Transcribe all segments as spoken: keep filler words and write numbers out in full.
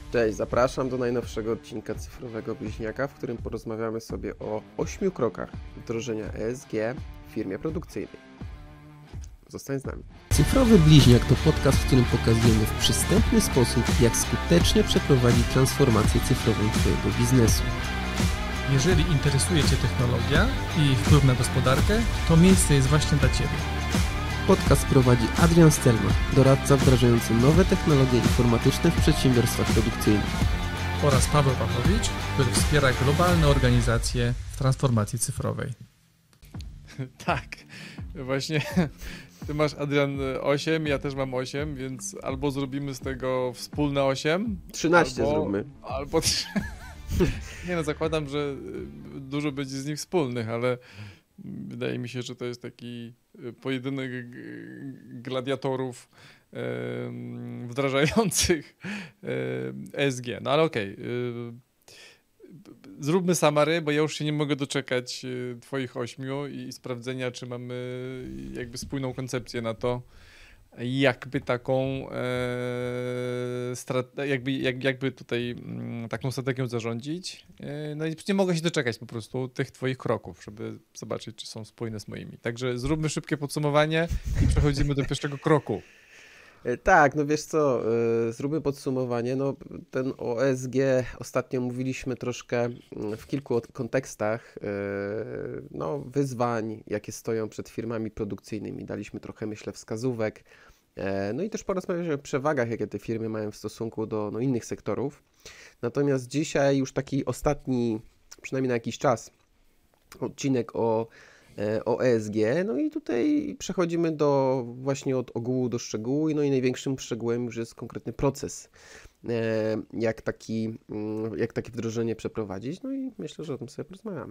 Cześć, zapraszam do najnowszego odcinka Cyfrowego Bliźniaka, w którym porozmawiamy sobie o ośmiu krokach wdrożenia E S G w firmie produkcyjnej. Zostań z nami. Cyfrowy Bliźniak to podcast, w którym pokazujemy w przystępny sposób, jak skutecznie przeprowadzić transformację cyfrową Twojego biznesu. Jeżeli interesuje Cię technologia i jej wpływ na gospodarkę, to miejsce jest właśnie dla Ciebie. Podcast prowadzi Adrian Stelmach, doradca wdrażający nowe technologie informatyczne w przedsiębiorstwach produkcyjnych. Oraz Paweł Pawłowicz, który wspiera globalne organizacje w transformacji cyfrowej. Tak, właśnie ty masz, Adrian, osiem, ja też mam osiem, więc albo zrobimy z tego wspólne osiem. trzynaście albo, zróbmy. Albo trzy. Nie no, zakładam, że dużo będzie z nich wspólnych, ale wydaje mi się, że to jest taki pojedynek gladiatorów wdrażających E S G. No ale okej. Okay. Zróbmy summary, bo ja już się nie mogę doczekać twoich ośmiu i sprawdzenia, czy mamy jakby spójną koncepcję na to, jakby taką e, strat- jakby, jak, jakby tutaj m, taką strategią zarządzić. E, no i nie mogę się doczekać po prostu tych twoich kroków, żeby zobaczyć, czy są spójne z moimi. Także zróbmy szybkie podsumowanie i przechodzimy do pierwszego kroku. Tak, no wiesz co, zróbmy podsumowanie. No, ten o E S G ostatnio mówiliśmy troszkę w kilku kontekstach, no, wyzwań, jakie stoją przed firmami produkcyjnymi. Daliśmy trochę, myślę, wskazówek. No i też porozmawialiśmy o przewagach, jakie te firmy mają w stosunku do no, innych sektorów. Natomiast dzisiaj już taki ostatni, przynajmniej na jakiś czas, odcinek o o E S G, no i tutaj przechodzimy do właśnie od ogółu do szczegółu, no i największym szczegółem już jest konkretny proces, jak taki, jak takie wdrożenie przeprowadzić, no i myślę, że o tym sobie porozmawiamy.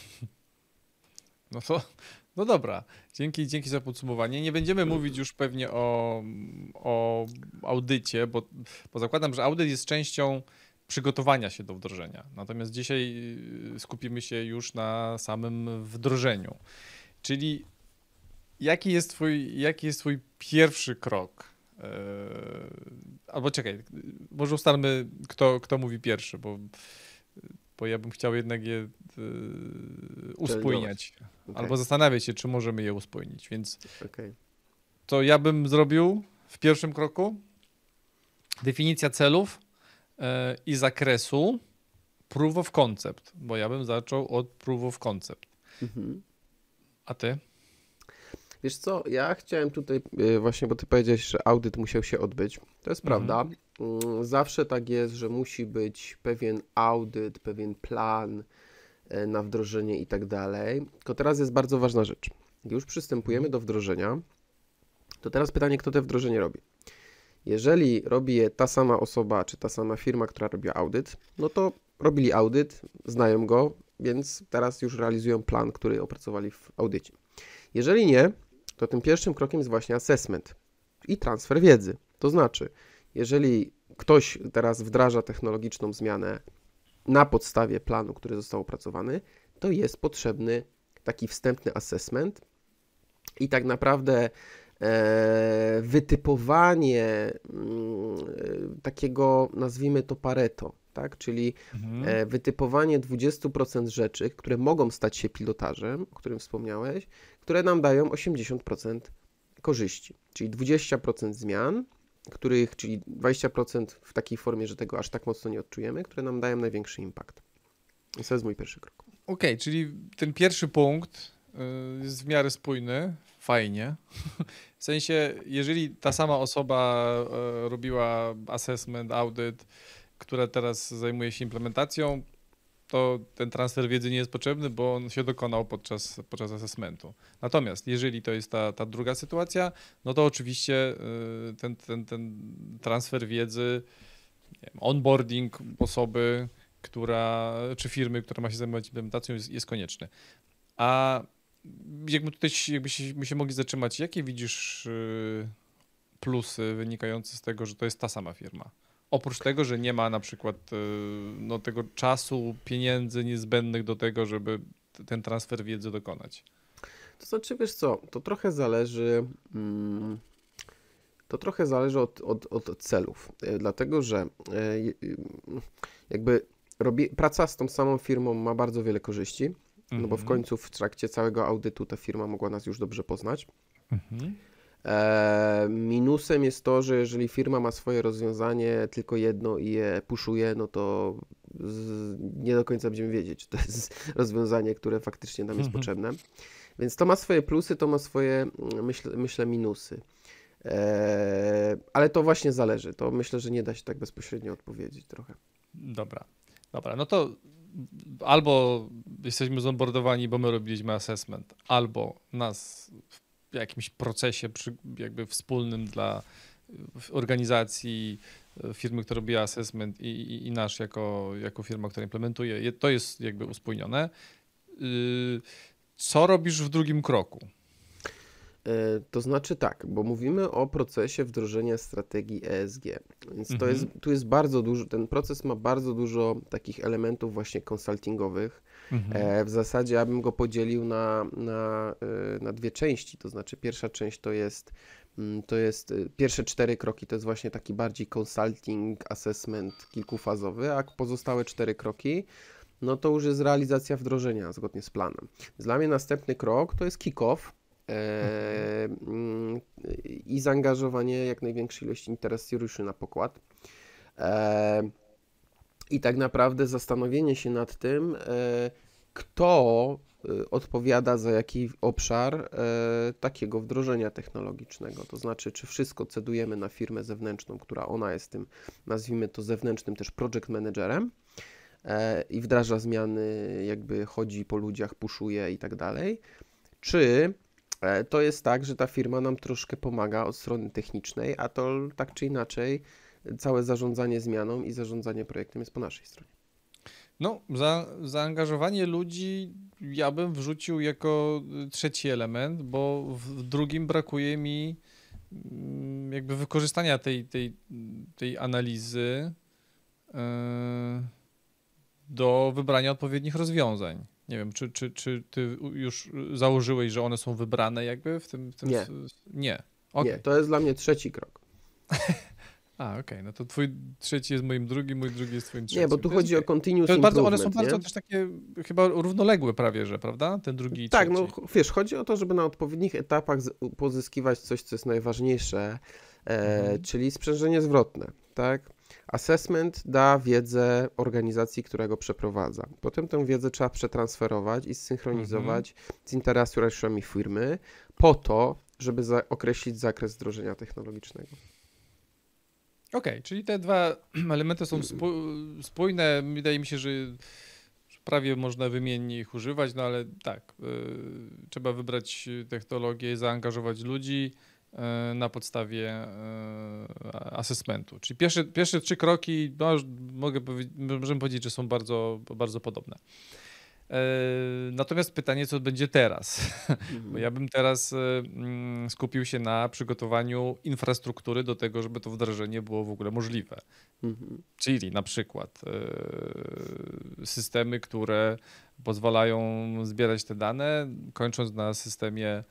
No to, no dobra, dzięki, dzięki za podsumowanie. Nie będziemy mówić już pewnie o, o audycie, bo, bo zakładam, że audyt jest częścią przygotowania się do wdrożenia. Natomiast dzisiaj skupimy się już na samym wdrożeniu. Czyli jaki jest twój, jaki jest twój pierwszy krok? Yy, albo czekaj, może ustalmy, kto, kto mówi pierwszy, bo, bo ja bym chciał jednak je yy, uspójniać. Okay. Albo zastanawiać się, czy możemy je uspójnić. Więc okay. To ja bym zrobił w pierwszym kroku definicja celów i zakresu proof of concept, bo ja bym zaczął od proof of concept. Mhm. A ty? Wiesz co, ja chciałem tutaj właśnie, bo ty powiedziałeś, że audyt musiał się odbyć. To jest mhm. prawda. Zawsze tak jest, że musi być pewien audyt, pewien plan na wdrożenie i tak dalej. Tylko teraz jest bardzo ważna rzecz. Gdy już przystępujemy do wdrożenia, to teraz pytanie, kto te wdrożenie robi. Jeżeli robi je ta sama osoba, czy ta sama firma, która robi audyt, no to robili audyt, znają go, więc teraz już realizują plan, który opracowali w audycie. Jeżeli nie, to tym pierwszym krokiem jest właśnie assessment i transfer wiedzy. To znaczy, jeżeli ktoś teraz wdraża technologiczną zmianę na podstawie planu, który został opracowany, to jest potrzebny taki wstępny assessment i tak naprawdę wytypowanie takiego, nazwijmy to Pareto, tak? Czyli mhm. wytypowanie dwadzieścia procent rzeczy, które mogą stać się pilotażem, o którym wspomniałeś, które nam dają osiemdziesiąt procent korzyści, czyli dwadzieścia procent zmian, których, czyli dwadzieścia procent w takiej formie, że tego aż tak mocno nie odczujemy, które nam dają największy impact. I to jest mój pierwszy krok. Okej, okay, czyli ten pierwszy punkt jest w miarę spójny, fajnie. W sensie, jeżeli ta sama osoba robiła assessment, audyt, która teraz zajmuje się implementacją, to ten transfer wiedzy nie jest potrzebny, bo on się dokonał podczas, podczas assessmentu. Natomiast jeżeli to jest ta, ta druga sytuacja, no to oczywiście ten, ten, ten transfer wiedzy, nie wiem, onboarding osoby, która, czy firmy, która ma się zajmować implementacją, jest, jest konieczny. A jakby tutaj jakbyśmy się mogli zatrzymać, jakie widzisz plusy wynikające z tego, że to jest ta sama firma? Oprócz tego, że nie ma na przykład no, tego czasu, pieniędzy niezbędnych do tego, żeby ten transfer wiedzy dokonać. To znaczy, wiesz co, to trochę zależy, to trochę zależy od, od, od celów, dlatego że jakby robi, praca z tą samą firmą ma bardzo wiele korzyści, no bo w końcu w trakcie całego audytu ta firma mogła nas już dobrze poznać. Mhm. E, minusem jest to, że jeżeli firma ma swoje rozwiązanie, tylko jedno i je puszuje, no to z, nie do końca będziemy wiedzieć, czy to jest rozwiązanie, które faktycznie nam jest mhm. potrzebne. Więc to ma swoje plusy, to ma swoje, myślę, myślę minusy. E, ale to właśnie zależy. To myślę, że nie da się tak bezpośrednio odpowiedzieć trochę. Dobra, dobra. No to albo jesteśmy zonboardowani, bo my robiliśmy assessment, albo nas w jakimś procesie przy, jakby wspólnym dla organizacji, firmy, która robi assessment i, i, i nasz jako, jako firma, która implementuje, to jest jakby uspójnione. Co robisz w drugim kroku? To znaczy tak, bo mówimy o procesie wdrożenia strategii E S G, więc to Mhm. jest, tu jest bardzo dużo, ten proces ma bardzo dużo takich elementów właśnie konsultingowych. Mhm. E, w zasadzie ja bym go podzielił na, na, e, na dwie części, to znaczy pierwsza część to jest, mm, to jest e, pierwsze cztery kroki to jest właśnie taki bardziej consulting, assessment kilkufazowy, a pozostałe cztery kroki no to już jest realizacja wdrożenia zgodnie z planem. Dla mnie następny krok to jest kick-off, E, mm, i zaangażowanie jak największej ilości interesariuszy na pokład. E, I tak naprawdę zastanowienie się nad tym, e, kto e, odpowiada za jaki obszar e, takiego wdrożenia technologicznego. To znaczy, czy wszystko cedujemy na firmę zewnętrzną, która ona jest tym, nazwijmy to zewnętrznym też project managerem, e, i wdraża zmiany, jakby chodzi po ludziach, puszuje i tak dalej. Czy to jest tak, że ta firma nam troszkę pomaga od strony technicznej, a to tak czy inaczej całe zarządzanie zmianą i zarządzanie projektem jest po naszej stronie. No, za, zaangażowanie ludzi ja bym wrzucił jako trzeci element, bo w drugim brakuje mi jakby wykorzystania tej, tej, tej analizy yy, do wybrania odpowiednich rozwiązań. Nie wiem, czy, czy, czy ty już założyłeś, że one są wybrane jakby w tym... W tym Nie. s- Nie. Okay. Nie, to jest dla mnie trzeci krok. A, okej, okay. No to twój trzeci jest moim drugim, mój drugi jest twoim trzecim. Nie, bo tu To jest chodzi o okej. continuous To jest bardzo, improvement, one są bardzo nie? też takie chyba równoległe prawie, że, prawda? Ten drugi i Tak, trzeci. no ch- wiesz, chodzi o to, żeby na odpowiednich etapach z- pozyskiwać coś, co jest najważniejsze, e, Mhm. czyli sprzężenie zwrotne, tak? Assessment da wiedzę organizacji, która go przeprowadza. Potem tę wiedzę trzeba przetransferować i zsynchronizować Mhm. z interesariuszami firmy po to, żeby za- określić zakres wdrożenia technologicznego. Okej, okay, czyli te dwa elementy są spó- spójne. Wydaje mi się, że prawie można wymiennie ich używać, no ale tak, y, trzeba wybrać technologię, zaangażować ludzi y, na podstawie y, assessmentu. Czyli pierwsze, pierwsze trzy kroki, no, mogę powie- możemy powiedzieć, że są bardzo, bardzo podobne. Natomiast pytanie, co będzie teraz? Bo ja bym teraz mm, skupił się na przygotowaniu infrastruktury do tego, żeby to wdrożenie było w ogóle możliwe. Mhm. Czyli na przykład y, systemy, które pozwalają zbierać te dane, kończąc na systemie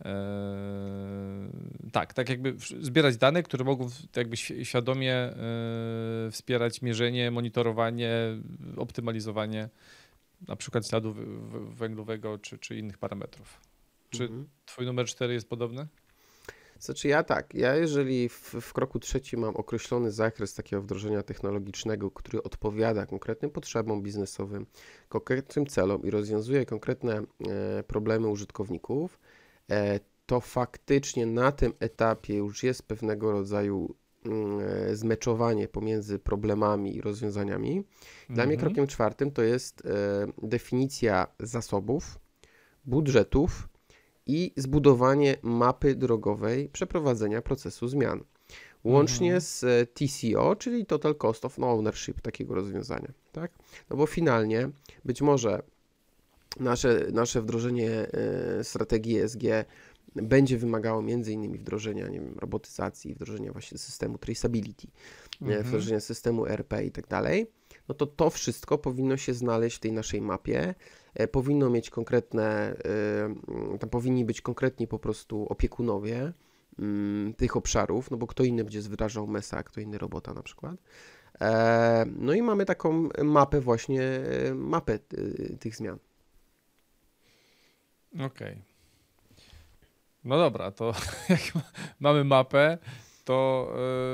y, tak, tak jakby zbierać dane, które mogą jakby świadomie y, wspierać mierzenie, monitorowanie, optymalizowanie na przykład śladu węglowego czy, czy innych parametrów. Czy Mhm. twój numer cztery jest podobny? Znaczy ja tak, ja jeżeli w, w kroku trzecim mam określony zakres takiego wdrożenia technologicznego, który odpowiada konkretnym potrzebom biznesowym, konkretnym celom i rozwiązuje konkretne e, problemy użytkowników, e, to faktycznie na tym etapie już jest pewnego rodzaju e, zmeczowanie pomiędzy problemami i rozwiązaniami. Dla mnie krokiem czwartym to jest e, definicja zasobów, budżetów i zbudowanie mapy drogowej przeprowadzenia procesu zmian. Łącznie Mhm. z e, T C O, czyli Total Cost of Ownership takiego rozwiązania. Tak? No bo finalnie być może nasze, nasze wdrożenie e, strategii E S G będzie wymagało między innymi wdrożenia, nie wiem, robotyzacji, wdrożenia właśnie systemu traceability, Mhm. wdrożenia systemu E R P i tak dalej. No to to wszystko powinno się znaleźć w tej naszej mapie. E, powinno mieć konkretne, e, tam powinni być konkretni po prostu opiekunowie mm, tych obszarów, no bo kto inny będzie wdrażał Mesa, kto inny robota na przykład. E, no i mamy taką mapę właśnie, mapę y, tych zmian. Okej. Okay. No dobra, to jak mamy mapę, to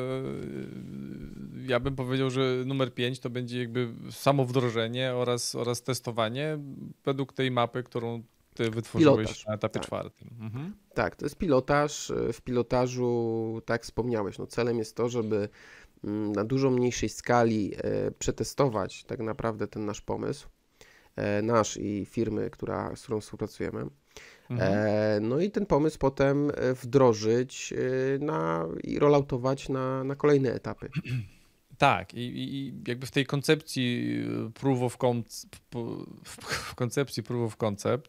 yy, ja bym powiedział, że numer pięć to będzie jakby samo wdrożenie oraz, oraz testowanie według tej mapy, którą ty wytworzyłeś pilotaż na etapie tak. czwartym. Mhm. Tak, to jest pilotaż. W pilotażu, tak wspomniałeś, no celem jest to, żeby na dużo mniejszej skali e, przetestować tak naprawdę ten nasz pomysł, e, nasz i firmy, która, z którą współpracujemy. Mhm. E, no i ten pomysł potem wdrożyć e, na, i rolloutować na, na kolejne etapy. Tak, i, i jakby w tej koncepcji proof of concept, w koncepcji proof of concept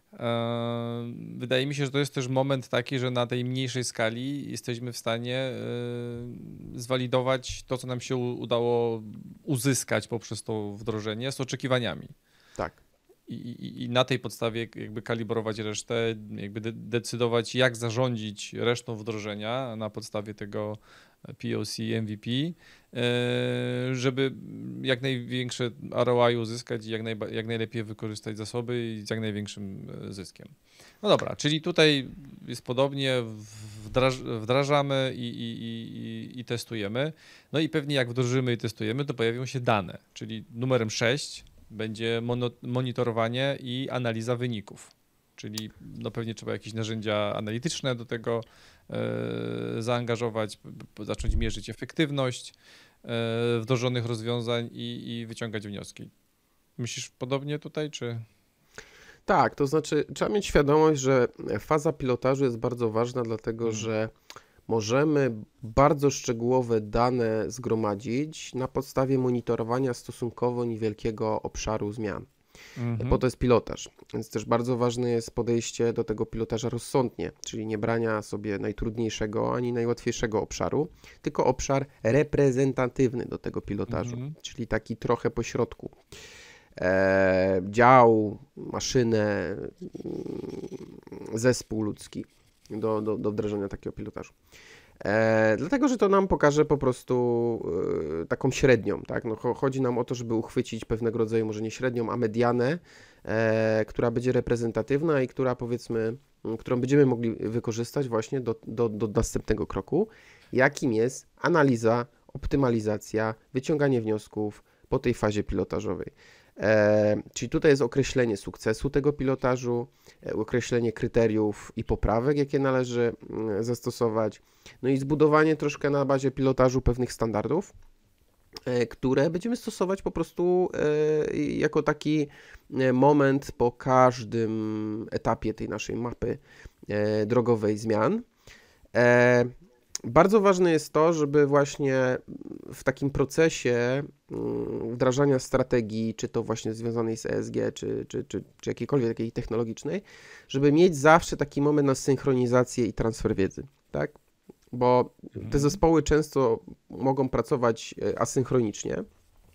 e, wydaje mi się, że to jest też moment taki, że na tej mniejszej skali jesteśmy w stanie e, zwalidować to, co nam się udało uzyskać poprzez to wdrożenie z oczekiwaniami. Tak. I, i, I na tej podstawie jakby kalibrować resztę, jakby de- decydować, jak zarządzić resztą wdrożenia na podstawie tego P O C, M V P, żeby jak największe R O I uzyskać i jak, najba- jak najlepiej wykorzystać zasoby i z jak największym zyskiem. No dobra, czyli tutaj jest podobnie, wdraż- wdrażamy i, i, i, i testujemy. No i pewnie jak wdrożymy i testujemy, to pojawią się dane, czyli numerem sześć będzie mono- monitorowanie i analiza wyników, czyli no pewnie trzeba jakieś narzędzia analityczne do tego e, zaangażować, p- zacząć mierzyć efektywność e, wdrożonych rozwiązań i, i wyciągać wnioski. Myślisz podobnie tutaj, czy? Tak, to znaczy trzeba mieć świadomość, że faza pilotażu jest bardzo ważna, dlatego hmm. że możemy bardzo szczegółowe dane zgromadzić na podstawie monitorowania stosunkowo niewielkiego obszaru zmian. Mhm. Po to jest pilotaż, więc też bardzo ważne jest podejście do tego pilotaża rozsądnie, czyli nie brania sobie najtrudniejszego ani najłatwiejszego obszaru, tylko obszar reprezentatywny do tego pilotażu, mhm. czyli taki trochę pośrodku. E, dział, maszynę, zespół ludzki do, do, do wdrażania takiego pilotażu. E, dlatego, że to nam pokaże po prostu e, taką średnią, tak? No, chodzi nam o to, żeby uchwycić pewnego rodzaju, może nie średnią, a medianę, e, która będzie reprezentatywna i która powiedzmy, którą będziemy mogli wykorzystać właśnie do, do, do następnego kroku, jakim jest analiza, optymalizacja, wyciąganie wniosków po tej fazie pilotażowej. E, czyli tutaj jest określenie sukcesu tego pilotażu, e, określenie kryteriów i poprawek, jakie należy e, zastosować, no i zbudowanie troszkę na bazie pilotażu pewnych standardów, e, które będziemy stosować po prostu e, jako taki moment po każdym etapie tej naszej mapy e, drogowej zmian. E, Bardzo ważne jest to, żeby właśnie w takim procesie wdrażania strategii, czy to właśnie związanej z E S G, czy, czy, czy, czy jakiejkolwiek takiej technologicznej, żeby mieć zawsze taki moment na synchronizację i transfer wiedzy, tak? Bo te zespoły często mogą pracować asynchronicznie,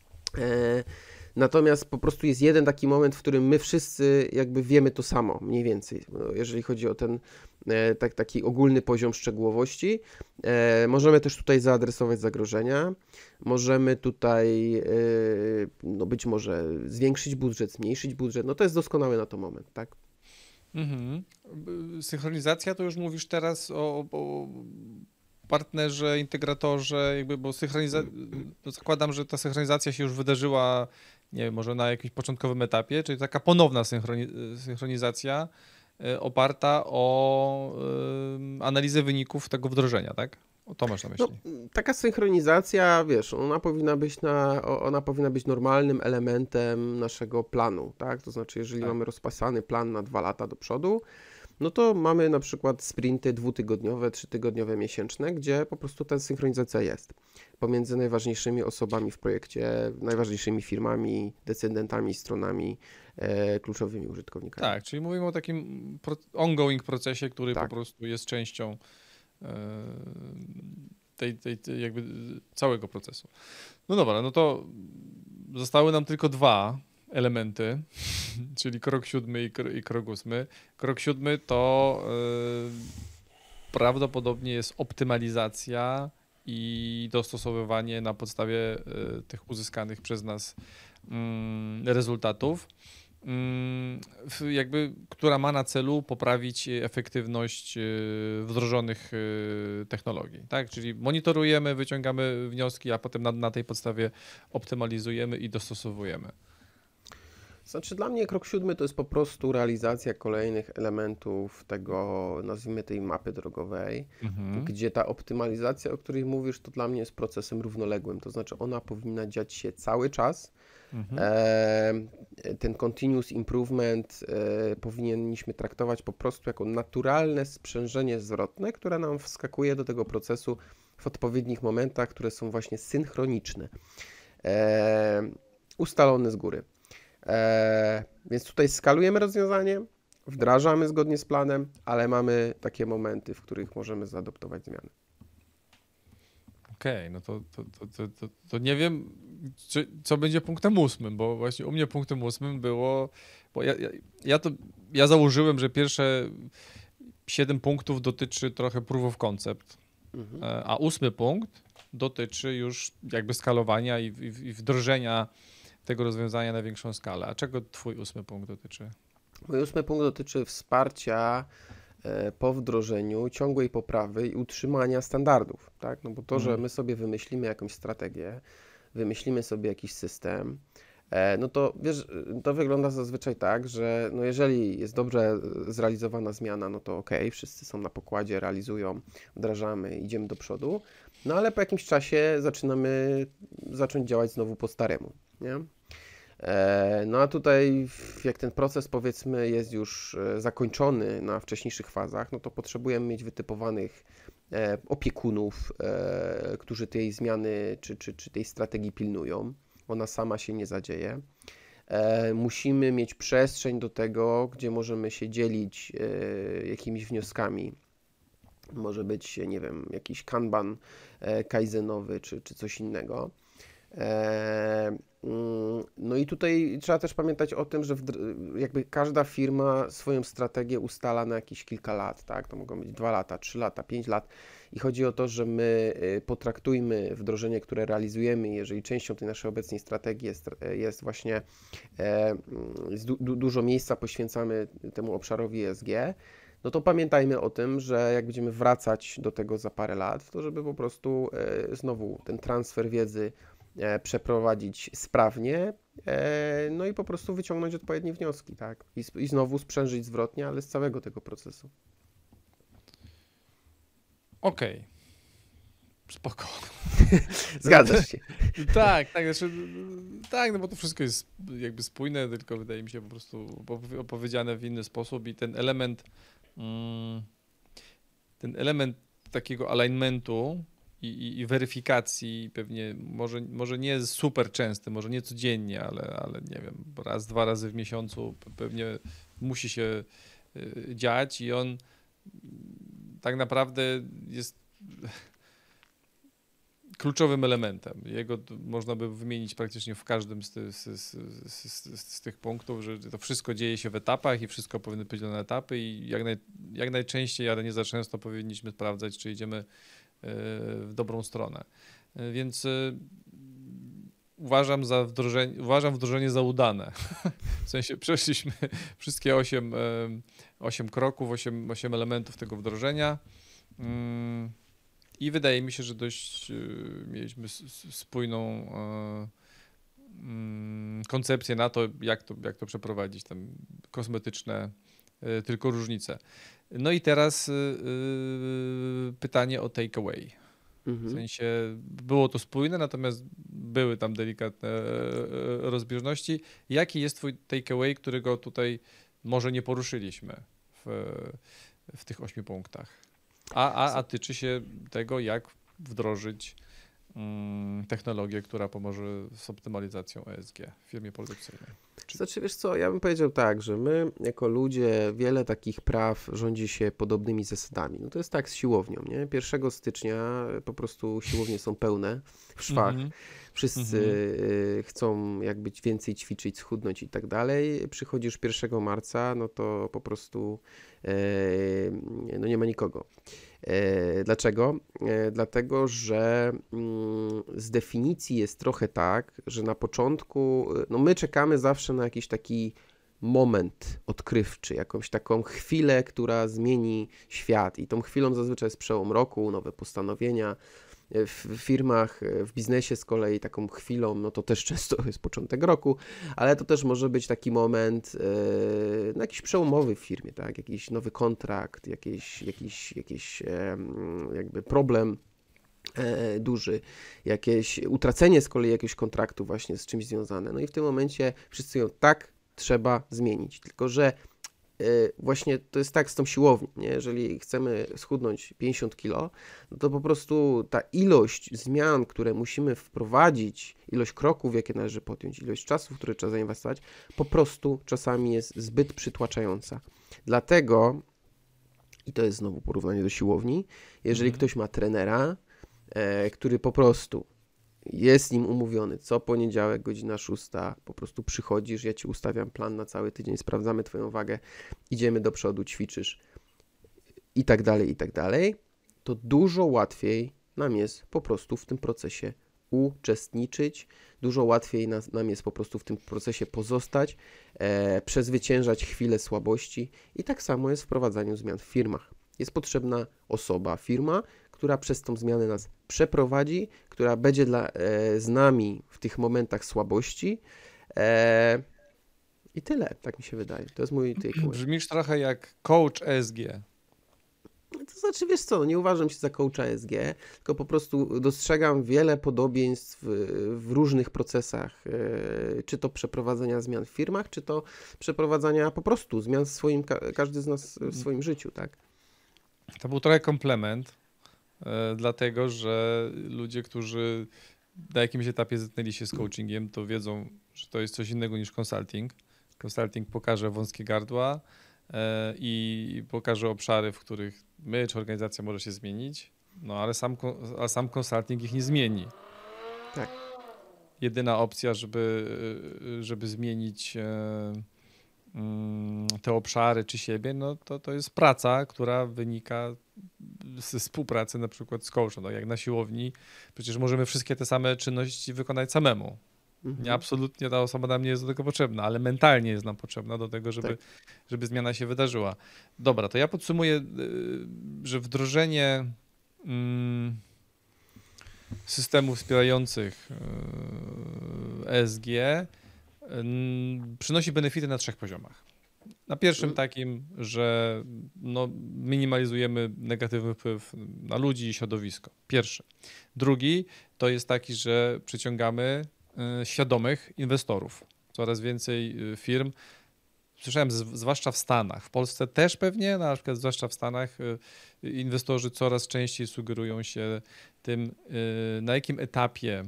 natomiast po prostu jest jeden taki moment, w którym my wszyscy jakby wiemy to samo, mniej więcej, jeżeli chodzi o ten tak, taki ogólny poziom szczegółowości. Możemy też tutaj zaadresować zagrożenia, możemy tutaj no być może zwiększyć budżet, zmniejszyć budżet, no to jest doskonały na to moment, tak? Mhm. Synchronizacja to już mówisz teraz o, o partnerze, integratorze, jakby, bo synchronizacja, no zakładam, że ta synchronizacja się już wydarzyła, nie wiem, może na jakimś początkowym etapie, czyli taka ponowna synchroni- synchronizacja oparta o y, analizę wyników tego wdrożenia, tak? O to masz na myśli. No, taka synchronizacja, wiesz, ona powinna być na, ona powinna być normalnym elementem naszego planu, tak? To znaczy, jeżeli tak. mamy rozpasany plan na dwa lata do przodu, no to mamy na przykład sprinty dwutygodniowe, trzytygodniowe, miesięczne, gdzie po prostu ta synchronizacja jest pomiędzy najważniejszymi osobami w projekcie, najważniejszymi firmami, decydentami, stronami, e, kluczowymi użytkownikami. Tak, czyli mówimy o takim pro- ongoing procesie, który tak. po prostu jest częścią e, tej, tej, tej jakby całego procesu. No dobra, no to zostały nam tylko dwa elementy, czyli krok siódmy i, kro, i krok ósmy. Krok siódmy to prawdopodobnie jest optymalizacja i dostosowywanie na podstawie y, tych uzyskanych przez nas y, rezultatów, y, jakby, która ma na celu poprawić efektywność y, wdrożonych y, technologii. Tak? Czyli monitorujemy, wyciągamy wnioski, a potem na, na tej podstawie optymalizujemy i dostosowujemy. Znaczy dla mnie krok siódmy to jest po prostu realizacja kolejnych elementów tego, nazwijmy tej mapy drogowej, mhm. gdzie ta optymalizacja, o której mówisz, to dla mnie jest procesem równoległym, to znaczy ona powinna dziać się cały czas. Mhm. E, ten continuous improvement e, powinniśmy traktować po prostu jako naturalne sprzężenie zwrotne, które nam wskakuje do tego procesu w odpowiednich momentach, które są właśnie synchroniczne, e, ustalone z góry. E, więc tutaj skalujemy rozwiązanie, wdrażamy zgodnie z planem, ale mamy takie momenty, w których możemy zaadoptować zmiany. Okej, okay, no to, to, to, to, to, to nie wiem, czy, co będzie punktem ósmym, bo właśnie u mnie punktem ósmym było, bo ja, ja, ja, to, ja założyłem, że pierwsze siedem punktów dotyczy trochę proof of concept, mhm. a ósmy punkt dotyczy już jakby skalowania i, i, i wdrożenia tego rozwiązania na większą skalę. A czego twój ósmy punkt dotyczy? Mój ósmy punkt dotyczy wsparcia e, po wdrożeniu, ciągłej poprawy i utrzymania standardów, tak? No bo to, że my sobie wymyślimy jakąś strategię, wymyślimy sobie jakiś system, e, no to wiesz, to wygląda zazwyczaj tak, że no jeżeli jest dobrze zrealizowana zmiana, no to okej, okay, wszyscy są na pokładzie, realizują, wdrażamy, idziemy do przodu, no ale po jakimś czasie zaczynamy zacząć działać znowu po staremu, nie? No a tutaj jak ten proces powiedzmy jest już zakończony na wcześniejszych fazach, no to potrzebujemy mieć wytypowanych opiekunów, którzy tej zmiany czy, czy, czy tej strategii pilnują. Ona sama się nie zadzieje. Musimy mieć przestrzeń do tego, gdzie możemy się dzielić jakimiś wnioskami. Może być, nie wiem, jakiś kanban kaizenowy czy, czy coś innego. No i tutaj trzeba też pamiętać o tym, że jakby każda firma swoją strategię ustala na jakieś kilka lat, tak? To mogą być dwa lata, trzy lata, pięć lat i chodzi o to, że my potraktujmy wdrożenie, które realizujemy, jeżeli częścią tej naszej obecnej strategii jest, jest właśnie jest du, du, dużo miejsca poświęcamy temu obszarowi E S G, no to pamiętajmy o tym, że jak będziemy wracać do tego za parę lat, to żeby po prostu znowu ten transfer wiedzy przeprowadzić sprawnie, no i po prostu wyciągnąć odpowiednie wnioski, tak? I, i znowu sprzężyć zwrotnie, ale z całego tego procesu. Okej. Okay. Spoko. Zgadzasz się. tak, tak, znaczy, tak, no bo to wszystko jest jakby spójne, tylko wydaje mi się po prostu opowiedziane w inny sposób i ten element mm, ten element takiego alignmentu I, i, i weryfikacji pewnie może, może nie super częsty, może nie codziennie, ale, ale nie wiem, raz, dwa razy w miesiącu pewnie musi się dziać i on tak naprawdę jest kluczowym elementem. Jego można by wymienić praktycznie w każdym z, ty, z, z, z, z tych punktów, że to wszystko dzieje się w etapach i wszystko powinno być na etapy i jak, naj, jak najczęściej, ale nie za często powinniśmy sprawdzać, czy idziemy w dobrą stronę. Więc uważam za wdrożenie, uważam wdrożenie za udane. W sensie przeszliśmy wszystkie osiem, osiem kroków, osiem, osiem elementów tego wdrożenia i wydaje mi się, że dość mieliśmy spójną koncepcję na to, jak to, jak to przeprowadzić, tam kosmetyczne tylko różnice. No i teraz yy, pytanie o takeaway. Mhm. W sensie było to spójne, natomiast były tam delikatne yy, rozbieżności. Jaki jest twój takeaway, którego tutaj może nie poruszyliśmy w, w tych ośmiu punktach? A, a, a tyczy się tego, jak wdrożyć yy, technologię, która pomoże z optymalizacją E S G w firmie produkcyjnej. Znaczy, wiesz co, ja bym powiedział tak, że my jako ludzie wiele takich praw rządzi się podobnymi zasadami. No to jest tak z siłownią, nie? pierwszego stycznia po prostu siłownie są pełne w szwach. Mm-hmm. Wszyscy mm-hmm. chcą jakby więcej ćwiczyć, schudnąć i tak dalej. Przychodzisz pierwszego marca, no to po prostu e, no nie ma nikogo. Dlaczego? Dlatego, że z definicji jest trochę tak, że na początku, no my czekamy zawsze na jakiś taki moment odkrywczy, jakąś taką chwilę, która zmieni świat i tą chwilą zazwyczaj jest przełom roku, nowe postanowienia. W firmach, w biznesie z kolei taką chwilą, no to też często jest początek roku, ale to też może być taki moment no jakiś przełomowy w firmie, tak? Jakiś nowy kontrakt, jakiś, jakiś, jakiś jakby problem duży, jakieś utracenie z kolei jakiegoś kontraktu właśnie z czymś związane. No i w tym momencie wszyscy ją tak trzeba zmienić, tylko że właśnie to jest tak z tą siłownią, nie? Jeżeli chcemy schudnąć pięćdziesiąt kilo, no to po prostu ta ilość zmian, które musimy wprowadzić, ilość kroków, jakie należy podjąć, ilość czasu, który trzeba zainwestować, po prostu czasami jest zbyt przytłaczająca. Dlatego, i to jest znowu porównanie do siłowni, jeżeli mhm. ktoś ma trenera, e, który po prostu jest z nim umówiony, co poniedziałek, godzina szósta, po prostu przychodzisz, ja ci ustawiam plan na cały tydzień, sprawdzamy twoją wagę, idziemy do przodu, ćwiczysz i tak dalej, i tak dalej, to dużo łatwiej nam jest po prostu w tym procesie uczestniczyć, dużo łatwiej nas, nam jest po prostu w tym procesie pozostać, e, przezwyciężać chwile słabości i tak samo jest w wprowadzaniu zmian w firmach. Jest potrzebna osoba, firma, która przez tą zmianę nas przeprowadzi, która będzie dla, e, z nami w tych momentach słabości e, i tyle, tak mi się wydaje. To jest mój takeaway. Brzmisz trochę jak coach E S G. To znaczy, wiesz co, no nie uważam się za coacha E S G, tylko po prostu dostrzegam wiele podobieństw w, w różnych procesach, e, czy to przeprowadzenia zmian w firmach, czy to przeprowadzania po prostu zmian w swoim, każdy z nas w swoim życiu, tak? To był trochę komplement, e, dlatego, że ludzie, którzy na jakimś etapie zetknęli się z coachingiem, to wiedzą, że to jest coś innego niż consulting. Consulting pokaże wąskie gardła e, i pokaże obszary, w których my czy organizacja może się zmienić, no ale sam, ale sam consulting ich nie zmieni. Tak. Jedyna opcja, żeby, żeby zmienić e, te obszary czy siebie, no to, to jest praca, która wynika ze współpracy na przykład z coachem. No jak na siłowni, przecież możemy wszystkie te same czynności wykonać samemu. Mhm. Nie, absolutnie ta osoba nam nie jest do tego potrzebna, ale mentalnie jest nam potrzebna do tego, żeby, tak. żeby zmiana się wydarzyła. Dobra, to ja podsumuję, że wdrożenie mm, systemów wspierających E S G przynosi benefity na trzech poziomach. Na pierwszym takim, że no, minimalizujemy negatywny wpływ na ludzi i środowisko. Pierwszy. Drugi to jest taki, że przyciągamy świadomych inwestorów. Coraz więcej firm, słyszałem, zwłaszcza w Stanach, w Polsce też pewnie, no, na przykład zwłaszcza w Stanach inwestorzy coraz częściej sugerują się tym, na jakim etapie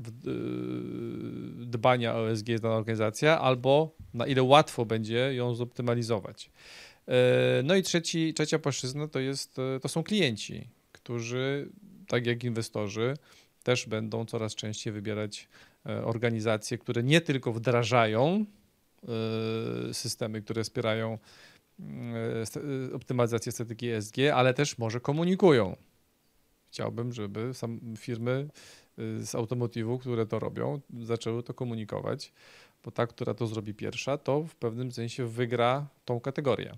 dbania o E S G jest dana organizacja, albo na ile łatwo będzie ją zoptymalizować. No i trzeci, trzecia płaszczyzna to, jest, to są klienci, którzy, tak jak inwestorzy, też będą coraz częściej wybierać organizacje, które nie tylko wdrażają systemy, które wspierają optymalizację strategii E S G, ale też może komunikują. Chciałbym, żeby sam firmy z automotywu, które to robią, zaczęły to komunikować, bo ta, która to zrobi pierwsza, to w pewnym sensie wygra tą kategorię.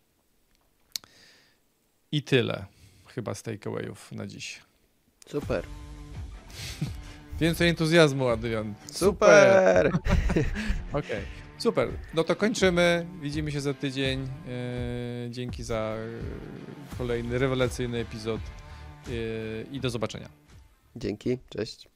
I tyle chyba z takeawayów na dziś. Super. Więcej entuzjazmu, Adrian. Super! Okej, okay. Super. No to kończymy. Widzimy się za tydzień. Dzięki za kolejny rewelacyjny epizod i do zobaczenia. Dzięki, cześć.